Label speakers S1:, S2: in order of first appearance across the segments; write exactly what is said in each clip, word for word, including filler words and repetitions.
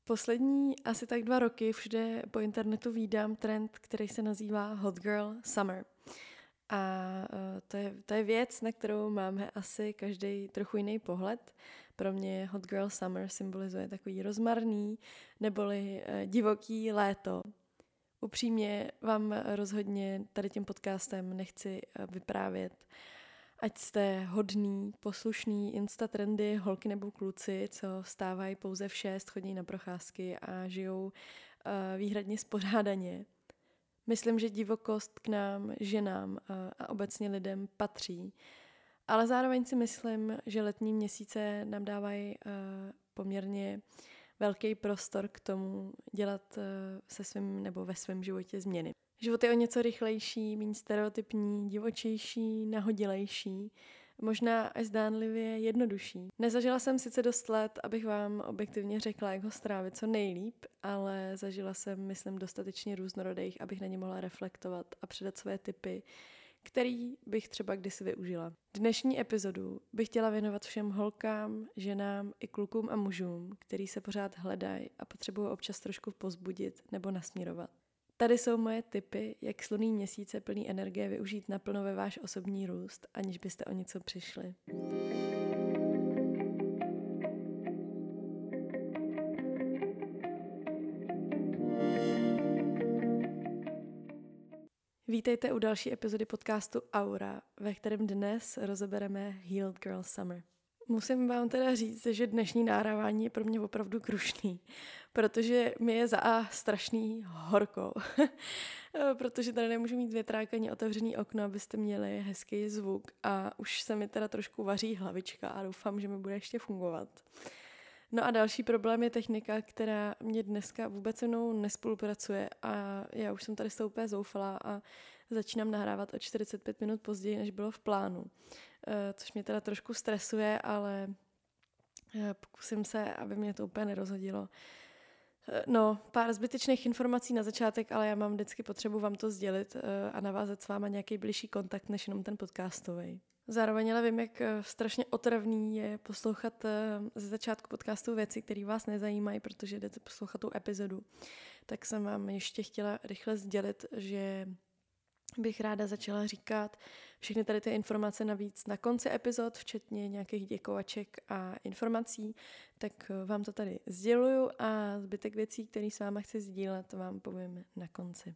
S1: Poslední asi tak dva roky všude po internetu vídám trend, který se nazývá Hot Girl Summer. A to je, to je věc, na kterou máme asi každý trochu jiný pohled. Pro mě Hot Girl Summer symbolizuje takový rozmarný neboli divoký léto. Upřímně vám rozhodně tady tím podcastem nechci vyprávět, ať jste hodný, poslušný, insta trendy, holky nebo kluci, co vstávají pouze v šest, chodí na procházky a žijou uh, výhradně spořádaně. Myslím, že divokost k nám, ženám uh, a obecně lidem patří, ale zároveň si myslím, že letní měsíce nám dávají uh, poměrně velký prostor k tomu dělat uh, se svým nebo ve svém životě změny. Život je o něco rychlejší, méně stereotypní, divočejší, nahodilejší, možná až zdánlivě jednodušší. Nezažila jsem sice dost let, abych vám objektivně řekla, jak ho strávit co nejlíp, ale zažila jsem, myslím, dostatečně různorodých, abych na ně mohla reflektovat a předat své tipy, který bych třeba kdysi využila. Dnešní epizodu bych chtěla věnovat všem holkám, ženám i klukům a mužům, který se pořád hledají a potřebují občas trošku pozbudit nebo nasměrovat. Tady jsou moje tipy, jak slunný měsíce plný energie využít naplno ve váš osobní růst, aniž byste o něco přišli. Vítejte u další epizody podcastu Aura, ve kterém dnes rozebereme Healed Girl Summer. Musím vám teda říct, že dnešní nahrávání je pro mě opravdu krušný, protože mi je za A strašný horko, protože tady nemůžu mít větrák ani otevřený okno, abyste měli hezký zvuk a už se mi teda trošku vaří hlavička a doufám, že mi bude ještě fungovat. No a další problém je technika, která mě dneska vůbec se mnou nespolupracuje a já už jsem tady s tou úplně zoufalá a začínám nahrávat o čtyřicet pět minut později, než bylo v plánu. Což mě teda trošku stresuje, ale pokusím se, aby mě to úplně nerozhodilo. No, pár zbytečných informací na začátek, ale já mám vždycky potřebu vám to sdělit a navázat s váma nějaký blížší kontakt, než jenom ten podcastový. Zároveň ale vím, jak strašně otravný je poslouchat ze začátku podcastu věci, které vás nezajímají, protože jdete poslouchat tu epizodu. Tak jsem vám ještě chtěla rychle sdělit, že bych ráda začala říkat všechny tady ty informace navíc na konci epizod, včetně nějakých děkovaček a informací, tak vám to tady sděluju a zbytek věcí, které s váma chci sdílet, vám povím na konci.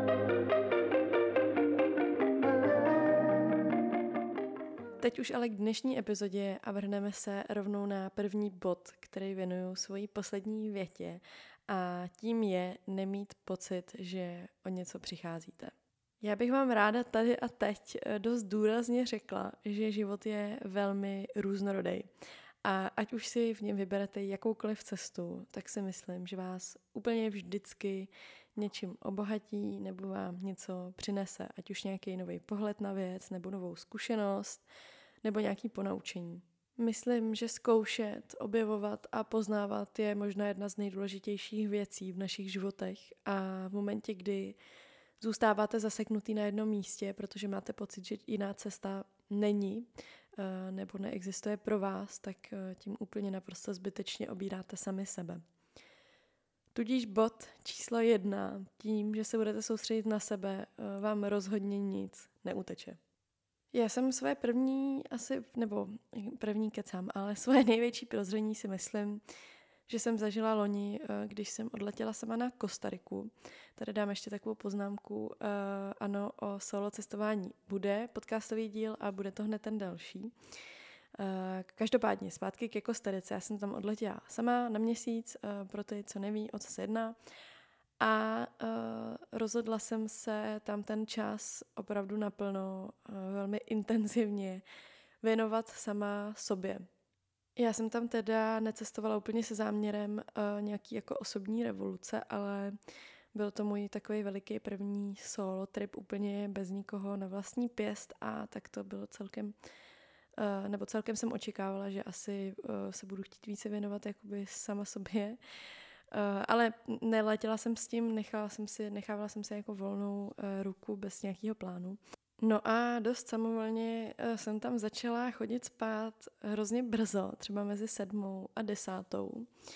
S1: Teď už ale k dnešní epizodě a vrhneme se rovnou na první bod, který věnuju svojí poslední větě a tím je nemít pocit, že o něco přicházíte. Já bych vám ráda tady a teď dost důrazně řekla, že život je velmi různorodý. A ať už si v něm vyberete jakoukoliv cestu, tak si myslím, že vás úplně vždycky něčím obohatí nebo vám něco přinese. Ať už nějaký nový pohled na věc, nebo novou zkušenost, nebo nějaký ponaučení. Myslím, že zkoušet, objevovat a poznávat je možná jedna z nejdůležitějších věcí v našich životech. A v momentě, kdy zůstáváte zaseknutý na jednom místě, protože máte pocit, že jiná cesta není nebo neexistuje pro vás, tak tím úplně naprosto zbytečně obíráte sami sebe. Tudíž bod číslo jedna, tím, že se budete soustředit na sebe, vám rozhodně nic neuteče. Já jsem své první, asi, nebo první kecám, ale svoje největší prozření si myslím, že jsem zažila loni, když jsem odletěla sama na Kostariku. Tady dám ještě takovou poznámku. Ano, o solo cestování bude podcastový díl a bude to hned ten další. Každopádně zpátky ke Kostarice. Já jsem tam odletěla sama na měsíc, pro ty, co neví, o co se jedná. A rozhodla jsem se tam ten čas opravdu naplno, velmi intenzivně věnovat sama sobě. Já jsem tam teda necestovala úplně se záměrem uh, nějaký jako osobní revoluce, ale byl to můj takový veliký první solo trip úplně bez nikoho na vlastní pěst a tak to bylo celkem, uh, nebo celkem jsem očekávala, že asi uh, se budu chtít více věnovat jakoby sama sobě. Uh, ale neletěla jsem s tím, nechala jsem si, nechávala jsem si jako volnou uh, ruku bez nějakého plánu. No a dost samovolně jsem tam začala chodit spát hrozně brzo, třeba mezi sedmou a desátou.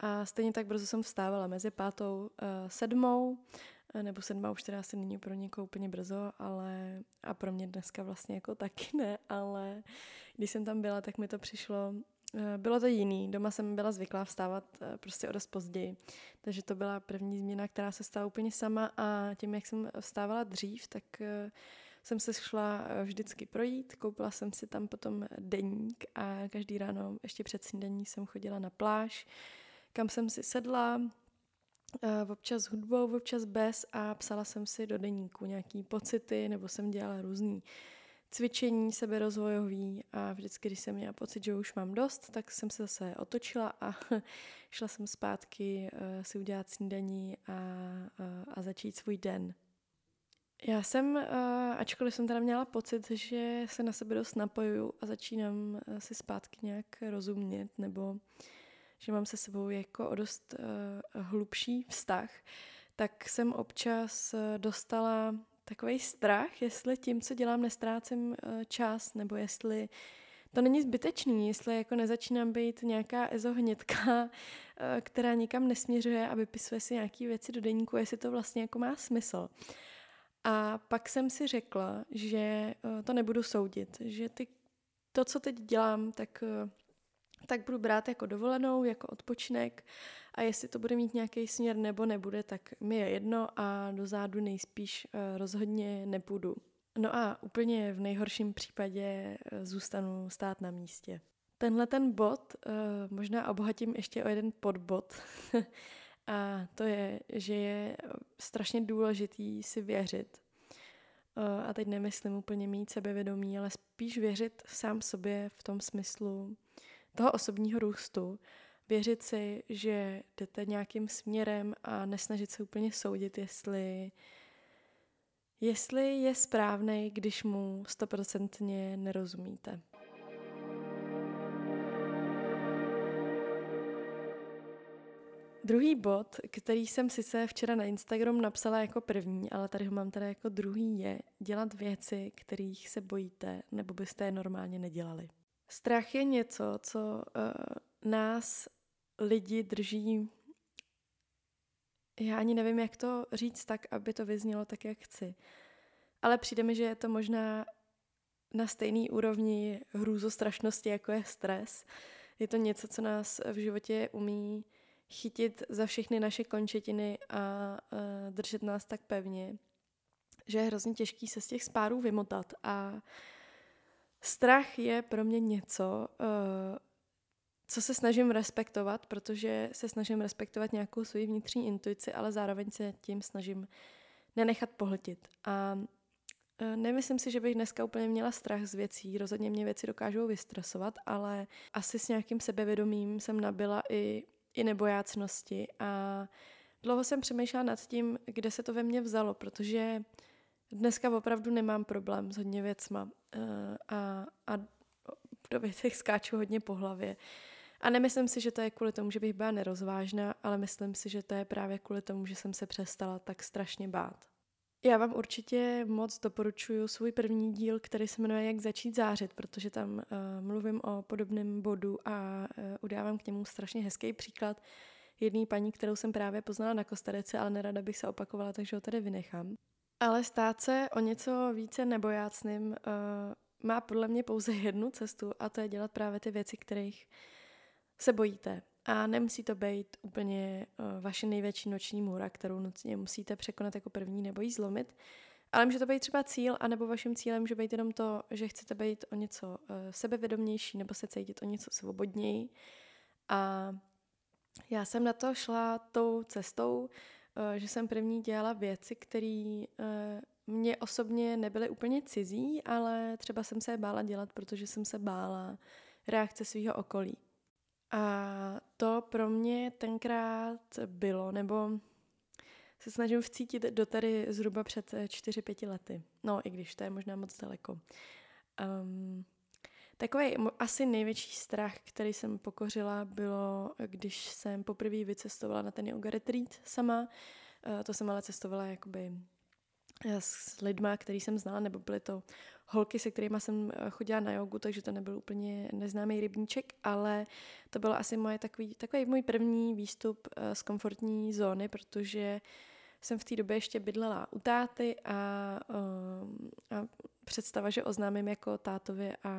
S1: a stejně tak brzo jsem vstávala mezi pátou a sedmou, nebo sedma už teda asi není pro někoho úplně brzo, ale a pro mě dneska vlastně jako taky ne, ale když jsem tam byla, tak mi to přišlo, bylo to jiný. Doma jsem byla zvyklá vstávat prostě o dost později, takže to byla první změna, která se stala úplně sama a tím, jak jsem vstávala dřív, tak jsem se šla vždycky projít, koupila jsem si tam potom deník a každý ráno ještě před snídaní jsem chodila na pláž, kam jsem si sedla, občas s hudbou, občas bez a psala jsem si do deníku nějaký pocity nebo jsem dělala různý cvičení seberozvojový a vždycky, když jsem měla pocit, že už mám dost, tak jsem se zase otočila a šla jsem zpátky uh, si udělat snídaní a, uh, a začít svůj den. Já jsem, uh, ačkoliv jsem teda měla pocit, že se na sebe dost napojuju a začínám uh, si zpátky nějak rozumět, nebo že mám se sebou jako o dost uh, hlubší vztah, tak jsem občas uh, dostala takovej strach, jestli tím, co dělám, nestrácím uh, čas, nebo jestli to není zbytečný, jestli jako nezačínám být nějaká ezohnědka, uh, která nikam nesměřuje a vypisuje si nějaký věci do deníku, jestli to vlastně jako má smysl. A pak jsem si řekla, že uh, to nebudu soudit, že ty, to, co teď dělám, tak... Uh, tak budu brát jako dovolenou, jako odpočinek a jestli to bude mít nějaký směr nebo nebude, tak mi je jedno a do zádu nejspíš uh, rozhodně nepůjdu. No a úplně v nejhorším případě uh, zůstanu stát na místě. Tenhle ten bod uh, možná obohatím ještě o jeden podbod a to je, že je strašně důležitý si věřit. Uh, a teď nemyslím úplně mít sebevědomí, ale spíš věřit sám sobě v tom smyslu toho osobního růstu, věřit si, že jdete nějakým směrem a nesnažit se úplně soudit, jestli, jestli je správnej, když mu stoprocentně nerozumíte. Druhý bod, který jsem sice včera na Instagram napsala jako první, ale tady ho mám teda jako druhý, je dělat věci, kterých se bojíte, nebo byste je normálně nedělali. Strach je něco, co uh, nás lidi drží, já ani nevím, jak to říct tak, aby to vyznělo tak, jak chci. Ale přijde mi, že je to možná na stejný úrovni hrůzostrašnosti, jako je stres. Je to něco, co nás v životě umí chytit za všechny naše končetiny a uh, držet nás tak pevně, že je hrozně těžký se z těch spárů vymotat a strach je pro mě něco, co se snažím respektovat, protože se snažím respektovat nějakou svoji vnitřní intuici, ale zároveň se tím snažím nenechat pohltit. A nemyslím si, že bych dneska úplně měla strach z věcí, rozhodně mě věci dokážou vystresovat, ale asi s nějakým sebevědomím jsem nabyla i, i nebojácnosti a dlouho jsem přemýšlela nad tím, kde se to ve mně vzalo, protože dneska opravdu nemám problém s hodně věcma a, a do věcech skáču hodně po hlavě. A nemyslím si, že to je kvůli tomu, že bych byla nerozvážná, ale myslím si, že to je právě kvůli tomu, že jsem se přestala tak strašně bát. Já vám určitě moc doporučuji svůj první díl, který se jmenuje Jak začít zářit, protože tam uh, mluvím o podobném bodu a uh, udávám k němu strašně hezký příklad jedné paní, kterou jsem právě poznala na Kostarice, ale nerada bych se opakovala, takže ho tady vynechám. Ale stát se o něco více nebojácným uh, má podle mě pouze jednu cestu a to je dělat právě ty věci, kterých se bojíte. A nemusí to být úplně uh, vaše největší noční můra, kterou nutně musíte překonat jako první nebo jí zlomit, ale může to být třeba cíl, anebo vaším cílem může být jenom to, že chcete být o něco uh, sebevědomější nebo se cítit o něco svobodněji. A já jsem na to šla tou cestou, uh, že jsem první dělala věci, které uh, mě osobně nebyly úplně cizí, ale třeba jsem se je bála dělat, protože jsem se bála reakce svého okolí. A to pro mě tenkrát bylo, nebo se snažím vcítit do tady zhruba před čtyři pěti lety. No, i když to je možná moc daleko. Um, takový asi největší strach, který jsem pokořila, bylo, když jsem poprvé vycestovala na ten yoga retreat sama. Uh, to jsem ale cestovala jakoby s lidma, který jsem znala, nebo byly to holky, se kterými jsem chodila na jogu, takže to nebyl úplně neznámý rybníček, ale to bylo asi moje takový, takový můj první výstup z komfortní zóny, protože jsem v té době ještě bydlela u táty a, a představa, že oznámím jako tátovi a,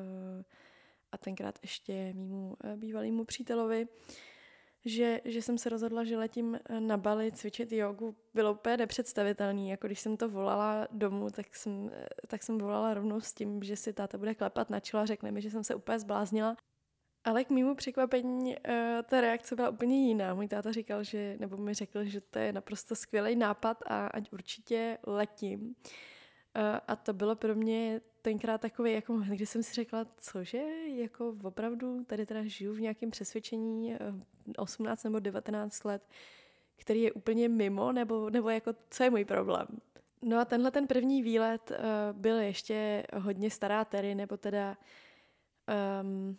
S1: a tenkrát ještě mýmu bývalému přítelovi, že, že jsem se rozhodla, že letím na Bali cvičit jogu, bylo úplně nepředstavitelný. Jako když jsem to volala domů, tak jsem, tak jsem volala rovnou s tím, že si táta bude klepat na čelo a řekne mi, že jsem se úplně zbláznila. Ale k mému překvapení ta reakce byla úplně jiná. Můj táta říkal, že, nebo mi řekl, že to je naprosto skvělý nápad a ať určitě letím. A to bylo pro mě tenkrát takový jako moment, kdy jsem si řekla, cože, jako opravdu tady teda žiju v nějakém přesvědčení osmnáct nebo devatenáct let, který je úplně mimo, nebo, nebo jako co je můj problém. No a tenhle ten první výlet uh, byl ještě hodně stará Terry, nebo teda um,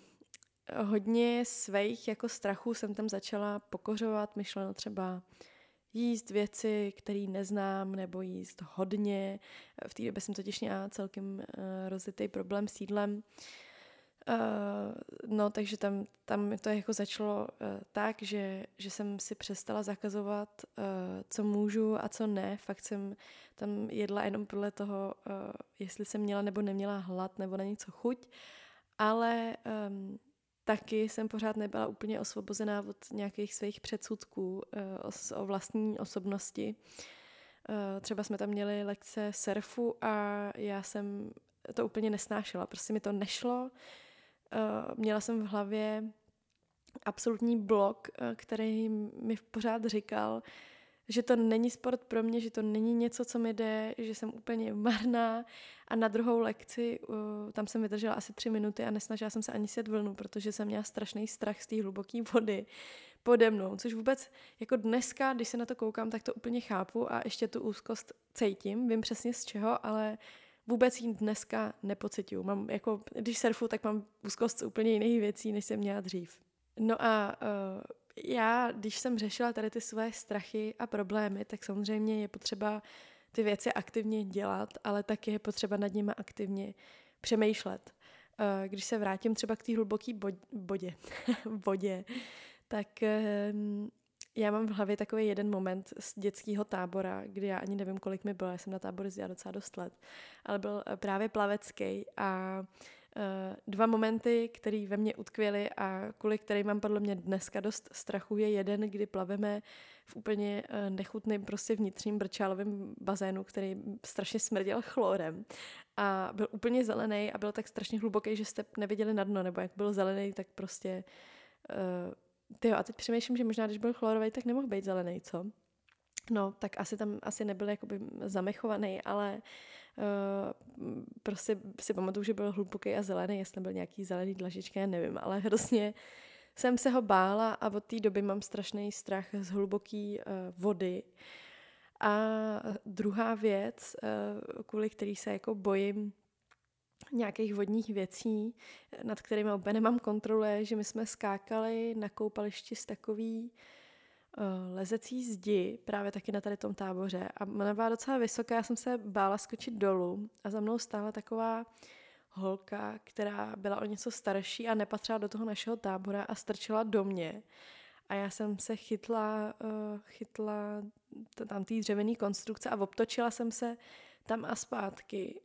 S1: hodně svých jako strachů jsem tam začala pokořovat, myšleno třeba jíst věci, které neznám, nebo jíst hodně. V té době jsem totiž měla celkem uh, rozjetý problém s jídlem. Uh, no, takže tam, tam to jako začalo uh, tak, že, že jsem si přestala zakazovat, uh, co můžu a co ne. Fakt jsem tam jedla jenom podle toho, uh, jestli jsem měla nebo neměla hlad nebo na něco chuť. Ale um, taky jsem pořád nebyla úplně osvobozená od nějakých svých předsudků uh, o, o vlastní osobnosti. Uh, třeba jsme tam měli lekce surfu a já jsem to úplně nesnášela. Prostě mi to nešlo. Uh, měla jsem v hlavě absolutní blok, uh, který mi pořád říkal, že to není sport pro mě, že to není něco, co mi jde, že jsem úplně marná. A na druhou lekci, uh, tam jsem vydržela asi tři minuty a nesnažila jsem se ani sjet vlnu, protože jsem měla strašný strach z té hluboké vody pode mnou, což vůbec jako dneska, když se na to koukám, tak to úplně chápu a ještě tu úzkost cítím, vím přesně z čeho, ale vůbec ji dneska nepociťuju. Mám jako, když surfu, tak mám úzkost z úplně jiných věcí, než jsem měla dřív. No a uh, já, když jsem řešila tady ty své strachy a problémy, tak samozřejmě je potřeba ty věci aktivně dělat, ale taky je potřeba nad nimi aktivně přemýšlet. Uh, když se vrátím třeba k té hluboké bodě, vodě, tak um, já mám v hlavě takový jeden moment z dětského tábora, kdy já ani nevím, kolik mi bylo, já jsem na tábor jezdila docela dost let, ale byl právě plavecký a uh, dva momenty, které ve mně utkvěly a kvůli kterým mám podle mě dneska dost strachu, je jeden, kdy plaveme v úplně uh, nechutným prostě vnitřním brčálovém bazénu, který strašně smrděl chlorem a byl úplně zelený a byl tak strašně hluboký, že jste neviděli na dno, nebo jak byl zelený, tak prostě uh, tyjo, a teď přemýšlím, že možná, když byl chlorový, tak nemohl být zelený, co? No, tak asi tam asi nebyl jakoby zamechovaný, ale uh, prostě si pamatuju, že byl hluboký a zelený, jestli byl nějaký zelený dlažička, já nevím, ale hrozně jsem se ho bála a od té doby mám strašný strach z hluboký uh, vody. A druhá věc, uh, kvůli který se jako bojím nějakých vodních věcí, nad kterými úplně nemám kontrolu, je, že my jsme skákali na koupališti z takový uh, lezecí zdi, právě taky na tady tom táboře. A ona byla docela vysoká, já jsem se bála skočit dolů a za mnou stála taková holka, která byla o něco starší a nepatřila do toho našeho tábora a strčila do mě. A já jsem se chytla, uh, chytla t- tam té dřevěné konstrukce a obtočila jsem se tam a zpátky.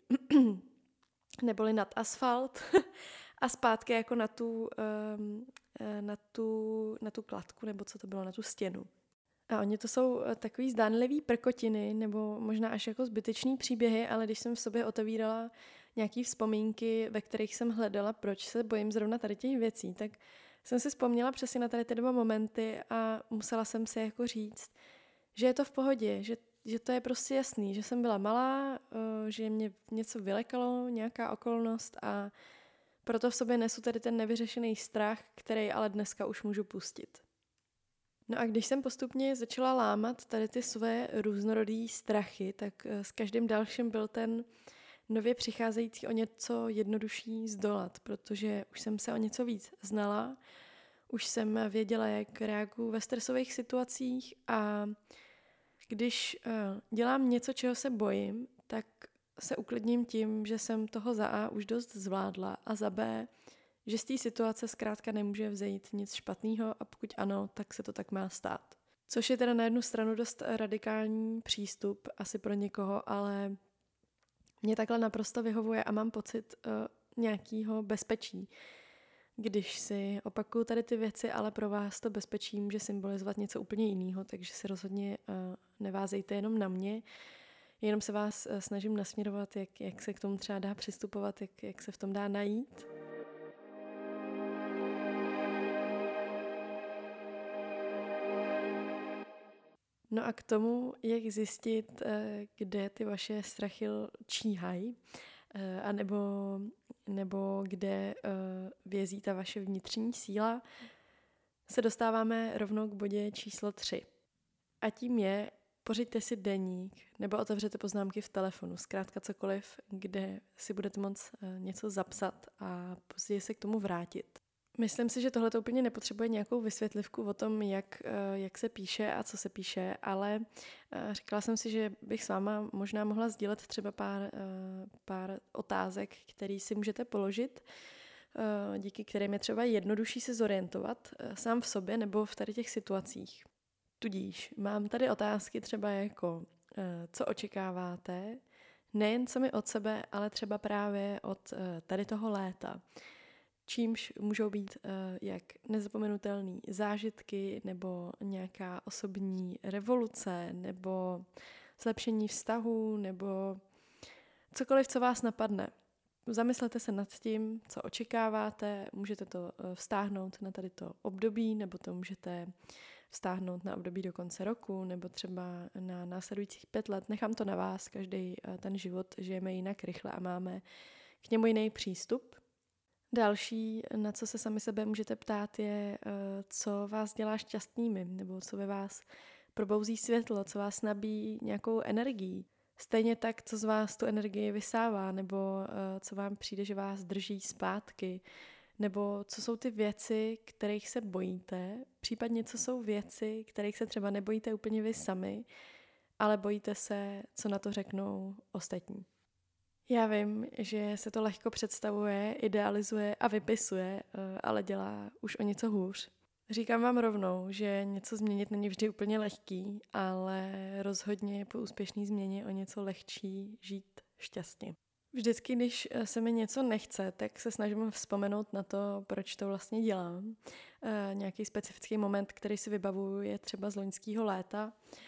S1: Neboli nad asfalt a zpátky jako na tu, um, na, tu, na tu kladku, nebo co to bylo, na tu stěnu. A oni to jsou takový zdánlivý prkotiny, nebo možná až jako zbytečný příběhy, ale když jsem v sobě otevírala nějaký vzpomínky, ve kterých jsem hledala, proč se bojím zrovna tady těch věcí, tak jsem si vzpomněla přesně na tady ty dva momenty a musela jsem si jako říct, že je to v pohodě, že že to je prostě jasný, že jsem byla malá, že mě něco vylekalo, nějaká okolnost a proto v sobě nesu tady ten nevyřešený strach, který ale dneska už můžu pustit. No a když jsem postupně začala lámat tady ty své různorodý strachy, tak s každým dalším byl ten nově přicházející o něco jednodušší zdolat, protože už jsem se o něco víc znala, už jsem věděla, jak reaguju ve stresových situacích a když uh, dělám něco, čeho se bojím, tak se uklidním tím, že jsem toho za A už dost zvládla a za B, že z té situace zkrátka nemůže vzejít nic špatného a pokud ano, tak se to tak má stát. Což je teda na jednu stranu dost radikální přístup asi pro někoho, ale mě takhle naprosto vyhovuje a mám pocit uh, nějakého bezpečí. Když si opakuju tady ty věci, ale pro vás to bezpečí může symbolizovat něco úplně jiného, takže si rozhodně uh, nevázejte jenom na mě, jenom se vás uh, snažím nasměrovat, jak, jak se k tomu třeba dá přistupovat, jak, jak se v tom dá najít. No a k tomu, jak zjistit, kde ty vaše strachy číhají, anebo, nebo kde vězí ta vaše vnitřní síla, se dostáváme rovnou k bodě číslo tři. A tím je, pořiďte si deník, nebo otevřete poznámky v telefonu, zkrátka cokoliv, kde si budete moct něco zapsat a později se k tomu vrátit. Myslím si, že tohle to úplně nepotřebuje nějakou vysvětlivku o tom, jak, jak se píše a co se píše, ale říkala jsem si, že bych s váma možná mohla sdílet třeba pár, pár otázek, které si můžete položit, díky kterým je třeba jednodušší se zorientovat sám v sobě nebo v tady těch situacích. Tudíž mám tady otázky třeba jako, co očekáváte, nejen sami od sebe, ale třeba právě od tady toho léta. Čímž můžou být uh, jak nezapomenutelné zážitky, nebo nějaká osobní revoluce, nebo zlepšení vztahu, nebo cokoliv, co vás napadne. Zamyslete se nad tím, co očekáváte, můžete to uh, vztáhnout na tady to období, nebo to můžete vztáhnout na období do konce roku, nebo třeba na následujících pět let. Nechám to na vás, každý uh, ten život žijeme jinak rychle a máme k němu jiný přístup. Další, na co se sami sebe můžete ptát, je, co vás dělá šťastnými, nebo co ve vás probouzí světlo, co vás nabíjí nějakou energií. Stejně tak, co z vás tu energii vysává, nebo co vám přijde, že vás drží zpátky, nebo co jsou ty věci, kterých se bojíte, případně co jsou věci, kterých se třeba nebojíte úplně vy sami, ale bojíte se, co na to řeknou ostatní. Já vím, že se to lehko představuje, idealizuje a vypisuje, ale dělá už o něco hůř. Říkám vám rovnou, že něco změnit není vždy úplně lehký, ale rozhodně je po úspěšné změně o něco lehčí žít šťastně. Vždycky, když se mi něco nechce, tak se snažím vzpomenout na to, proč to vlastně dělám. E, nějaký specifický moment, který si vybavuju, je třeba z loňského léta,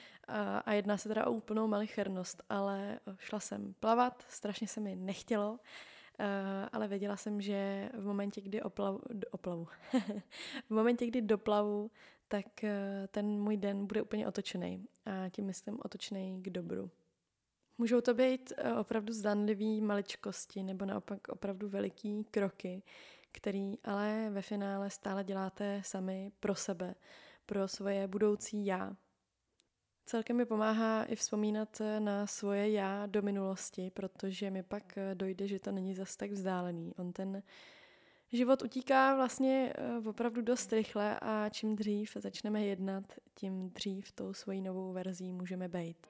S1: a jedná se teda o úplnou malichernost, ale šla jsem plavat, strašně se mi nechtělo, ale věděla jsem, že v momentě, kdy oplavu, oplavu, v momentě, kdy doplavu, tak ten můj den bude úplně otočený. A tím myslím otočený k dobru. Můžou to být opravdu zdánlivý maličkosti nebo naopak opravdu veliký kroky, který ale ve finále stále děláte sami pro sebe, pro svoje budoucí já. Celkem mi pomáhá i vzpomínat na svoje já do minulosti, protože mi pak dojde, že to není zas tak vzdálený. On ten život utíká vlastně opravdu dost rychle a čím dřív začneme jednat, tím dřív tou svojí novou verzí můžeme být.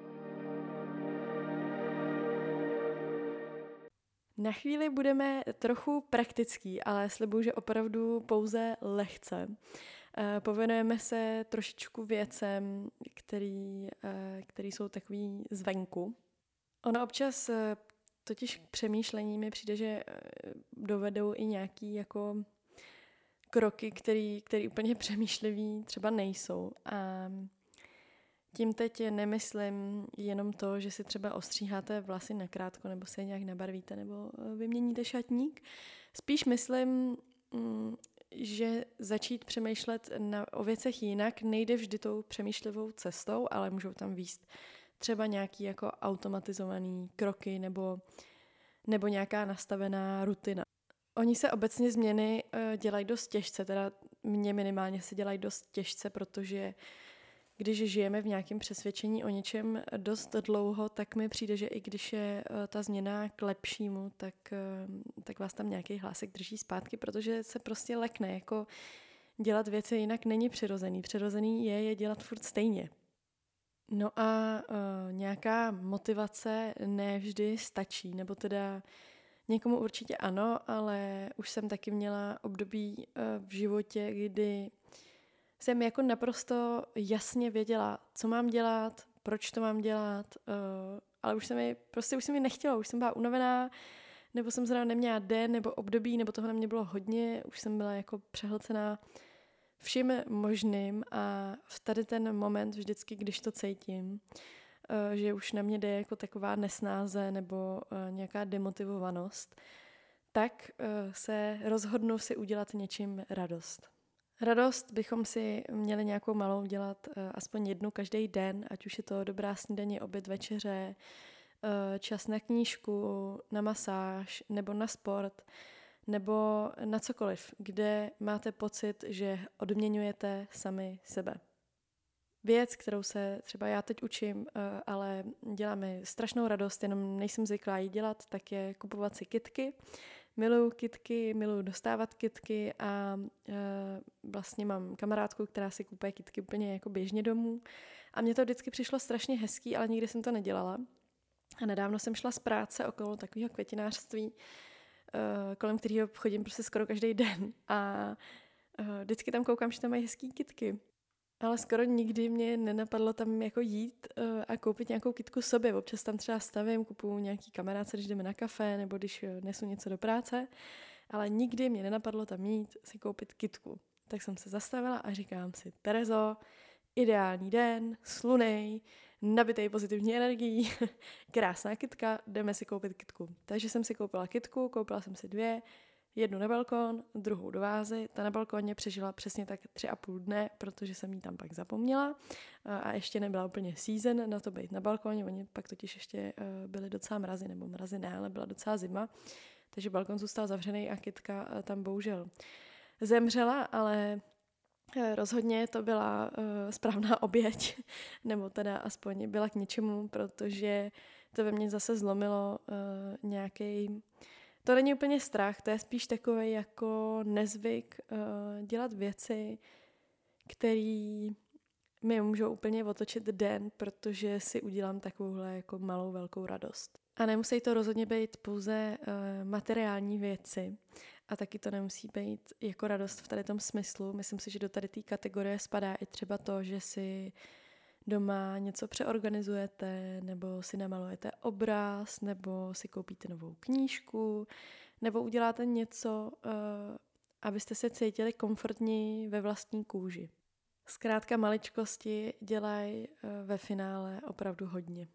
S1: Na chvíli budeme trochu praktický, ale slibuju, že opravdu pouze lehce. Pověnujeme se trošičku věcem, který, který jsou takový zvenku. Ono občas totiž k přemýšlení mi přijde, že dovedou i nějaký jako kroky, který, který úplně přemýšlivý třeba nejsou. A tím teď nemyslím jenom to, že si třeba ostříháte vlasy nakrátko, nebo se je nějak nabarvíte, nebo vyměníte šatník. Spíš myslím, že začít přemýšlet na, o věcech jinak nejde vždy tou přemýšlivou cestou, ale můžou tam vést třeba nějaký jako automatizovaný kroky nebo, nebo nějaká nastavená rutina. Oni se obecně změny uh, dělají dost těžce, teda mě minimálně se dělají dost těžce, protože když žijeme v nějakém přesvědčení o něčem dost dlouho, tak mi přijde, že i když je uh, ta změna k lepšímu, tak, uh, tak vás tam nějaký hlásek drží zpátky, protože se prostě lekne, jako dělat věci jinak není přirozený. Přirozený je je dělat furt stejně. No a uh, nějaká motivace nevždy stačí, nebo teda někomu určitě ano, ale už jsem taky měla období uh, v životě, kdy jsem jako naprosto jasně věděla, co mám dělat, proč to mám dělat, uh, ale už se mi, prostě už se mi nechtělo, už jsem byla unavená, nebo jsem zrovna neměla den, nebo období, nebo toho na mě bylo hodně, už jsem byla jako přehlcená vším možným a v tady ten moment vždycky, když to cítím, uh, že už na mě jde jako taková nesnáze nebo uh, nějaká demotivovanost, tak uh, se rozhodnu si udělat něčím radost. Radost bychom si měli nějakou malou dělat uh, aspoň jednu každý den, ať už je to dobrá snídaně, oběd, večeře, uh, čas na knížku, na masáž nebo na sport, nebo na cokoliv, kde máte pocit, že odměňujete sami sebe. Věc, kterou se třeba já teď učím, ale dělá mi strašnou radost, jenom nejsem zvyklá jí dělat, tak je kupovat si kytky. Miluju kytky, miluju dostávat kytky a vlastně mám kamarádku, která si kupuje kytky úplně jako běžně domů. A mně to vždycky přišlo strašně hezký, ale nikdy jsem to nedělala. A nedávno jsem šla z práce okolo takového květinářství, kolem kterého chodím prostě skoro každý den a vždycky tam koukám, že tam mají hezký kytky. Ale skoro nikdy mě nenapadlo tam jako jít a koupit nějakou kytku sobě. Občas tam třeba stavím, kupuju nějaký kamarádce, když jdeme na kafe nebo když nesu něco do práce, ale nikdy mě nenapadlo tam jít si koupit kytku. Tak jsem se zastavila a říkám si, Terezo, ideální den, slunej, nabitej pozitivní energií, krásná kytka, jdeme si koupit kytku. Takže jsem si koupila kytku, koupila jsem si dvě, jednu na balkon, druhou do vázy. Ta na balkóně přežila přesně tak tři a půl dne, protože jsem jí tam pak zapomněla a ještě nebyla úplně season na to být na balkóně. Oni pak totiž ještě byly docela mrazy, nebo mrazy ne, ale byla docela zima. Takže balkon zůstal zavřený a kytka tam bohužel zemřela, ale rozhodně to byla uh, správná oběť, nebo teda aspoň byla k něčemu, protože to ve mně zase zlomilo uh, nějaký. To není úplně strach, to je spíš takový jako nezvyk uh, dělat věci, které mi můžou úplně otočit den, protože si udělám takovouhle jako malou velkou radost. A nemusí to rozhodně být pouze uh, materiální věci a taky to nemusí být jako radost v tady tom smyslu. Myslím si, že do tady té kategorie spadá i třeba to, že si doma něco přeorganizujete, nebo si namalujete obraz, nebo si koupíte novou knížku, nebo uděláte něco, uh, abyste se cítili komfortní ve vlastní kůži. Zkrátka maličkosti dělají uh, ve finále opravdu hodně.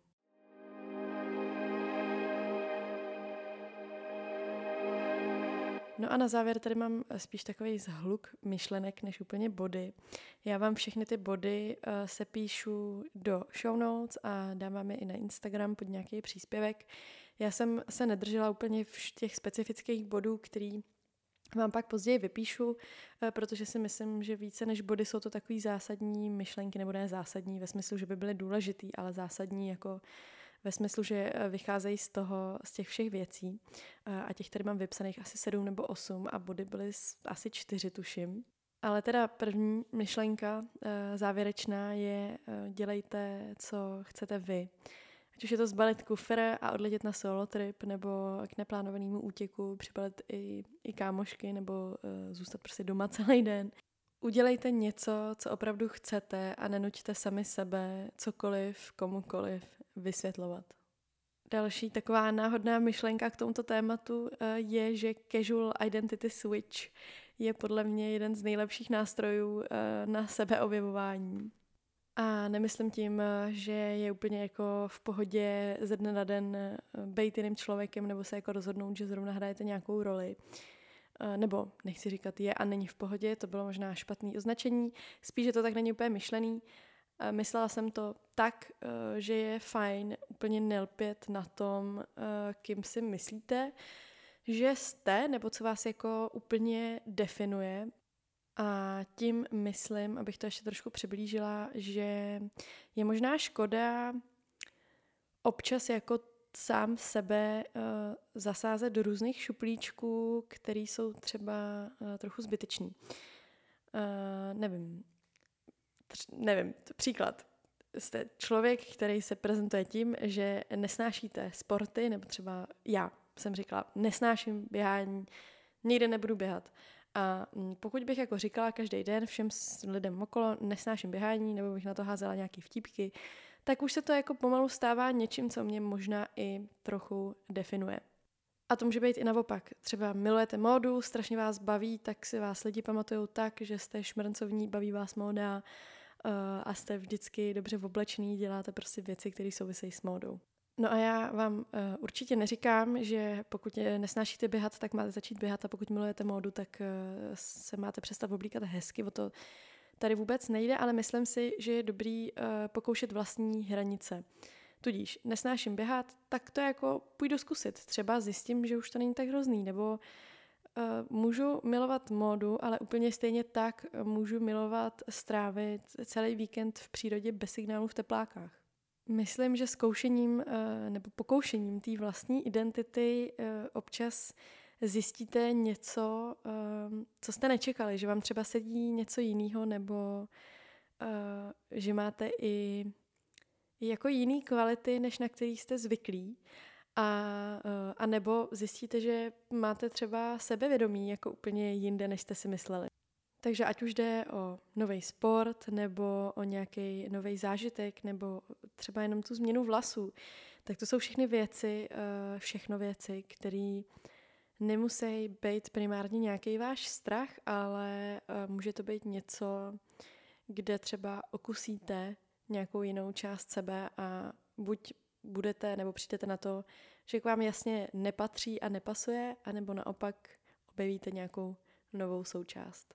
S1: No a na závěr tady mám spíš takový zhluk myšlenek než úplně body. Já vám všechny ty body uh, sepíšu do show notes a dám vám je i na Instagram pod nějaký příspěvek. Já jsem se nedržela úplně v těch specifických bodů, který vám pak později vypíšu, uh, protože si myslím, že více než body jsou to takový zásadní myšlenky, nebo ne zásadní ve smyslu, že by byly důležitý, ale zásadní jako ve smyslu, že vycházejí z toho, z těch všech věcí a těch tady mám vypsaných asi sedm nebo osm a body byly asi čtyři, tuším. Ale teda první myšlenka závěrečná je dělejte, co chcete vy. Ať už je to zbalit kufr a odletět na solo trip nebo k neplánovanému útěku připadat i, i kámošky nebo uh, zůstat prostě doma celý den. Udělejte něco, co opravdu chcete a nenuťte sami sebe cokoliv, komukoliv vysvětlovat. Další taková náhodná myšlenka k tomuto tématu je, že Casual Identity Switch je podle mě jeden z nejlepších nástrojů na sebeobjevování. A nemyslím tím, že je úplně jako v pohodě ze dne na den být jiným člověkem nebo se jako rozhodnout, že zrovna hrajete nějakou roli. Nebo nechci říkat je a není v pohodě, to bylo možná špatný označení, spíš, že to tak není úplně myšlený. Myslela jsem to tak, že je fajn úplně nelpět na tom, kým si myslíte, že jste, nebo co vás jako úplně definuje. A tím myslím, abych to ještě trošku přiblížila, že je možná škoda občas jako sám sebe uh, zasázet do různých šuplíčků, které jsou třeba uh, trochu zbytečný. Uh, nevím. Tř- nevím, příklad. jste člověk, který se prezentuje tím, že nesnášíte sporty, nebo třeba já jsem říkala, nesnáším běhání, nikdy nebudu běhat. A pokud bych jako říkala každý den všem lidem okolo, nesnáším běhání, nebo bych na to házela nějaký vtípky, tak už se to jako pomalu stává něčím, co mě možná i trochu definuje. A to může být i naopak. Třeba milujete módu, strašně vás baví, tak si vás lidi pamatujou tak, že jste šmrncovní, baví vás móda uh, a jste vždycky dobře oblečený, děláte prostě věci, které souvisejí s módou. No a já vám uh, určitě neříkám, že pokud nesnášíte běhat, tak máte začít běhat a pokud milujete módu, tak uh, se máte přestat oblíkat hezky. O to tady vůbec nejde, ale myslím si, že je dobrý uh, pokoušet vlastní hranice. Tudíž nesnáším běhat, tak to jako půjdu zkusit. Třeba zjistím, že už to není tak hrozný, nebo uh, můžu milovat módu, ale úplně stejně tak můžu milovat strávit celý víkend v přírodě bez signálů v teplákách. Myslím, že zkoušením uh, nebo pokoušením té vlastní identity uh, občas zjistíte něco, uh, co jste nečekali, že vám třeba sedí něco jiného, nebo uh, že máte i jako jiný kvality, než na který jste zvyklí. A, a nebo zjistíte, že máte třeba sebevědomí jako úplně jinde, než jste si mysleli. Takže ať už jde o nový sport, nebo o nějaký nový zážitek, nebo třeba jenom tu změnu vlasů, tak to jsou všechny věci, všechno věci, které nemusí být primárně nějaký váš strach, ale může to být něco, kde třeba okusíte nějakou jinou část sebe a buď budete nebo přijdete na to, že k vám jasně nepatří a nepasuje, anebo naopak objevíte nějakou novou součást.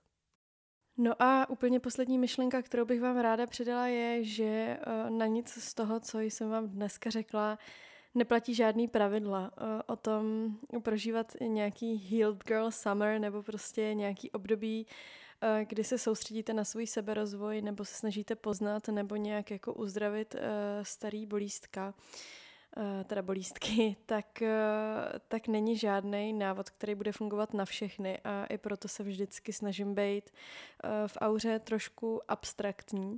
S1: No a úplně poslední myšlenka, kterou bych vám ráda předala, je, že na nic z toho, co jsem vám dneska řekla, neplatí žádný pravidla. O tom prožívat nějaký healed girl summer nebo prostě nějaký období, kdy se soustředíte na svůj seberozvoj nebo se snažíte poznat nebo nějak jako uzdravit uh, starý bolístka, uh, teda bolístky, tak, uh, tak není žádný návod, který bude fungovat na všechny a i proto se vždycky snažím být uh, v auře trošku abstraktní.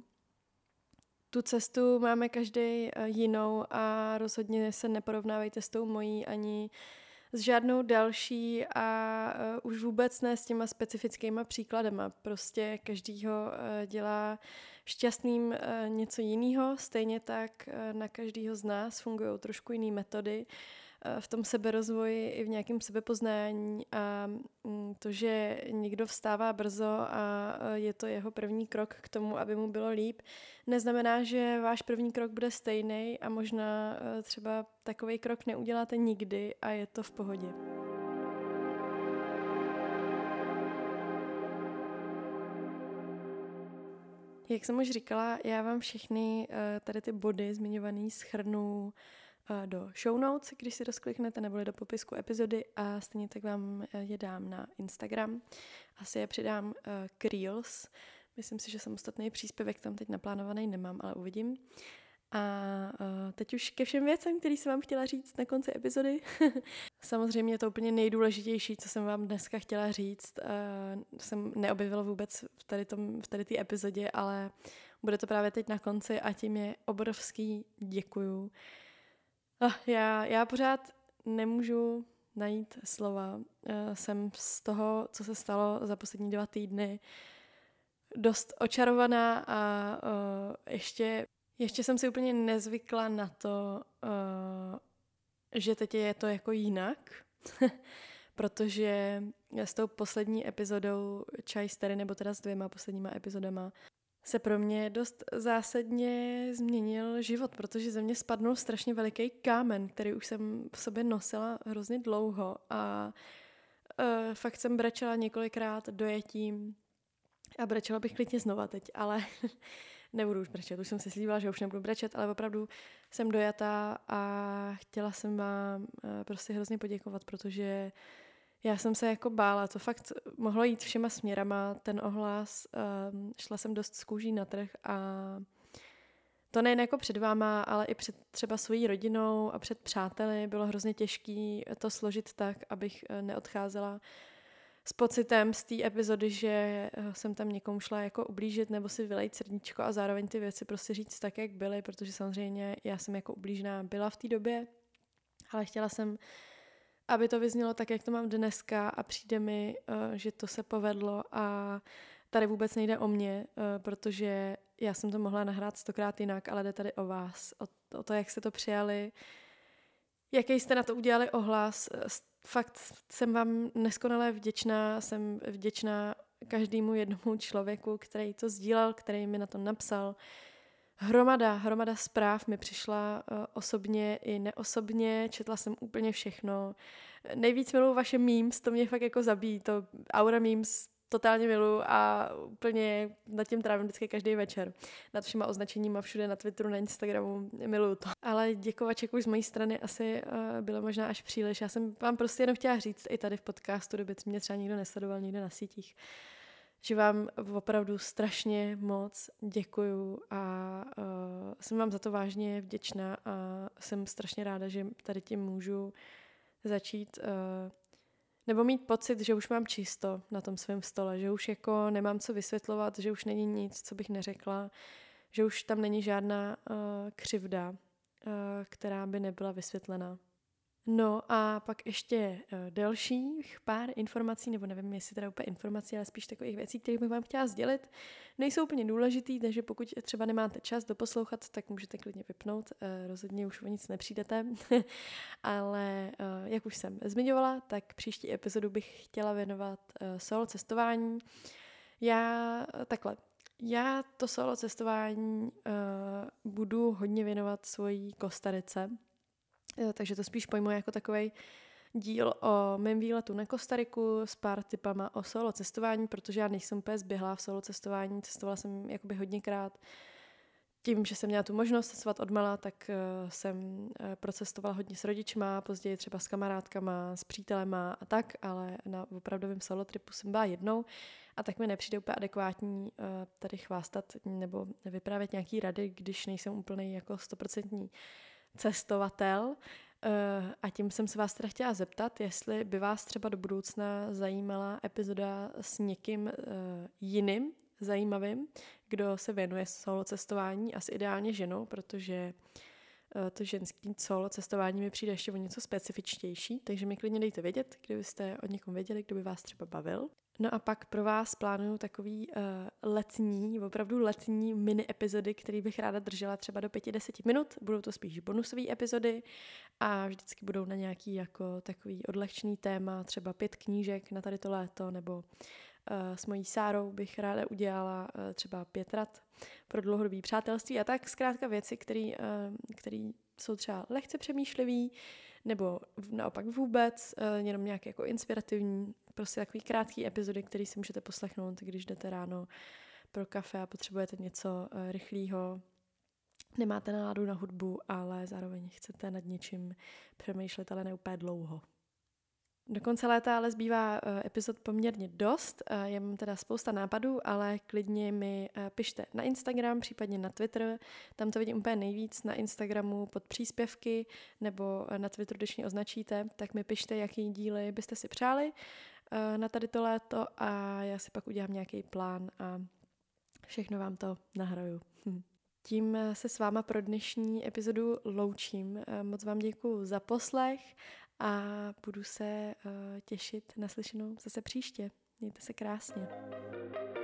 S1: Tu cestu máme každý uh, jinou a rozhodně se neporovnávejte s tou mojí ani s žádnou další a uh, už vůbec ne s těma specifickýma příkladama. Prostě každýho uh, dělá šťastným uh, něco jiného, stejně tak uh, na každýho z nás fungují trošku jiné metody uh, v tom seberozvoji i v nějakém sebepoznání a um, to, že někdo vstává brzo a uh, je to jeho první krok k tomu, aby mu bylo líp, neznamená, že váš první krok bude stejný a možná uh, třeba takový krok neuděláte nikdy a je to v pohodě. Jak jsem už říkala, já vám všechny uh, tady ty body zmiňovaný shrnu uh, do show notes, když si rozkliknete, neboli do popisku epizody a stejně tak vám uh, je dám na Instagram. Asi je přidám uh, k Reels. Myslím si, že samostatný příspěvek tam teď naplánovaný nemám, ale uvidím. A uh, teď už ke všem věcem, který jsem vám chtěla říct na konci epizody. Samozřejmě je to úplně nejdůležitější, co jsem vám dneska chtěla říct. Uh, jsem neobjevila vůbec v tady, tom, v tady té epizodě, ale bude to právě teď na konci a tím je obrovský děkuju. Uh, já, já pořád nemůžu najít slova. Uh, jsem z toho, co se stalo za poslední dva týdny, dost očarovaná a uh, ještě Ještě jsem si úplně nezvykla na to, uh, že teď je to jako jinak, protože s tou poslední epizodou Čaj Stery, nebo teda s dvěma posledníma epizodama, se pro mě dost zásadně změnil život, protože ze mě spadnul strašně veliký kámen, který už jsem v sobě nosila hrozně dlouho a uh, fakt jsem brečela několikrát dojetím a brečela bych klidně znova teď, ale nebudu už brečet, už jsem si slíbila, že už nebudu brečet, ale opravdu jsem dojatá a chtěla jsem vám prostě hrozně poděkovat, protože já jsem se jako bála, to fakt mohlo jít všema směrama, ten ohlas, um, šla jsem dost z kůží na trh a to nejen jako před váma, ale i před třeba svojí rodinou a před přáteli bylo hrozně těžké to složit tak, abych neodcházela s pocitem z té epizody, že jsem tam někomu šla jako ublížit nebo si vylejt srdíčko a zároveň ty věci prostě říct tak, jak byly, protože samozřejmě já jsem jako ublížená byla v té době, ale chtěla jsem, aby to vyznělo tak, jak to mám dneska a přijde mi, že to se povedlo a tady vůbec nejde o mě, protože já jsem to mohla nahrát stokrát jinak, ale jde tady o vás, o, o to, jak jste to přijali, jaký jste na to udělali ohlas. Fakt jsem vám neskonale vděčná, jsem vděčná každému jednomu člověku, který to sdílel, který mi na to napsal. Hromada, hromada zpráv mi přišla uh, osobně i neosobně, četla jsem úplně všechno. Nejvíc miluji vaše memes, to mě fakt jako zabíjí, to aura memes totálně miluji a úplně nad tím trávím vždycky každý večer. Nad všema označeníma všude na Twitteru, na Instagramu, miluju to. Ale děkovaček už z mojí strany asi uh, bylo možná až příliš. Já jsem vám prostě jenom chtěla říct i tady v podcastu, kdyby mě třeba nikdo nesledoval někde na sítích, že vám opravdu strašně moc děkuju a uh, jsem vám za to vážně vděčná a jsem strašně ráda, že tady tím můžu začít uh, nebo mít pocit, že už mám čisto na tom svém stole, že už jako nemám co vysvětlovat, že už není nic, co bych neřekla, že už tam není žádná uh, křivda, uh, která by nebyla vysvětlena. No a pak ještě uh, dalších pár informací, nebo nevím, jestli teda úplně informací, ale spíš takových věcí, které bych vám chtěla sdělit. Nejsou úplně důležitý, takže pokud třeba nemáte čas doposlouchat, tak můžete klidně vypnout, uh, rozhodně už o nic nepřijdete. Ale uh, jak už jsem zmiňovala, tak příští epizodu bych chtěla věnovat uh, solo cestování. Já takhle, já to solo cestování uh, budu hodně věnovat svojí Kostarice, takže to spíš pojmu jako takovej díl o mém výletu na Kostariku s pár tipama o solo cestování, protože já nejsem úplně zběhlá v solo cestování, cestovala jsem jakoby hodněkrát. Tím, že jsem měla tu možnost cestovat odmala, tak uh, jsem uh, procestovala hodně s rodičma, později třeba s kamarádkama, s přítelema a tak, ale na opravdovém solo tripu jsem byla jednou a tak mi nepřijde úplně adekvátní uh, tady chvástat nebo vyprávět nějaký rady, když nejsem úplnej jako stoprocentní cestovatel. Uh, a tím jsem se vás teda chtěla zeptat, jestli by vás třeba do budoucna zajímala epizoda s někým uh, jiným, zajímavým, kdo se věnuje solo cestování, asi ideálně ženou, protože uh, to ženský solo cestování mi přijde ještě o něco specifičtější, takže mi klidně dejte vědět, kdybyste o někom věděli, kdo by vás třeba bavil. No a pak pro vás plánuju takový uh, letní, opravdu letní mini epizody, který bych ráda držela třeba do pěti deset minut. Budou to spíš bonusové epizody a vždycky budou na nějaký jako takový odlehčený téma, třeba pět knížek na tady to léto, nebo uh, s mojí Sárou bych ráda udělala uh, třeba pět rad pro dlouhodobé přátelství a tak zkrátka věci, které uh, jsou třeba lehce přemýšlivý, nebo naopak vůbec, uh, jenom nějak jako inspirativní, prostě takový krátký epizody, který si můžete poslechnout, když jdete ráno pro kafe a potřebujete něco uh, rychlého, nemáte náladu na hudbu, ale zároveň chcete nad něčím přemýšlet, ale ne úplně dlouho. Do konce léta ale zbývá uh, epizod poměrně dost, uh, já mám teda spousta nápadů, ale klidně mi uh, pište na Instagram, případně na Twitter, tam to vidím úplně nejvíc, na Instagramu pod příspěvky, nebo uh, na Twitteru, když mě označíte, tak mi pište, jaký díly byste si přáli uh, na tady to léto a já si pak udělám nějaký plán a všechno vám to nahraju. Hm. Tím se s váma pro dnešní epizodu loučím. Moc vám děkuju za poslech a budu se uh, těšit na slyšenou zase příště. Mějte se krásně.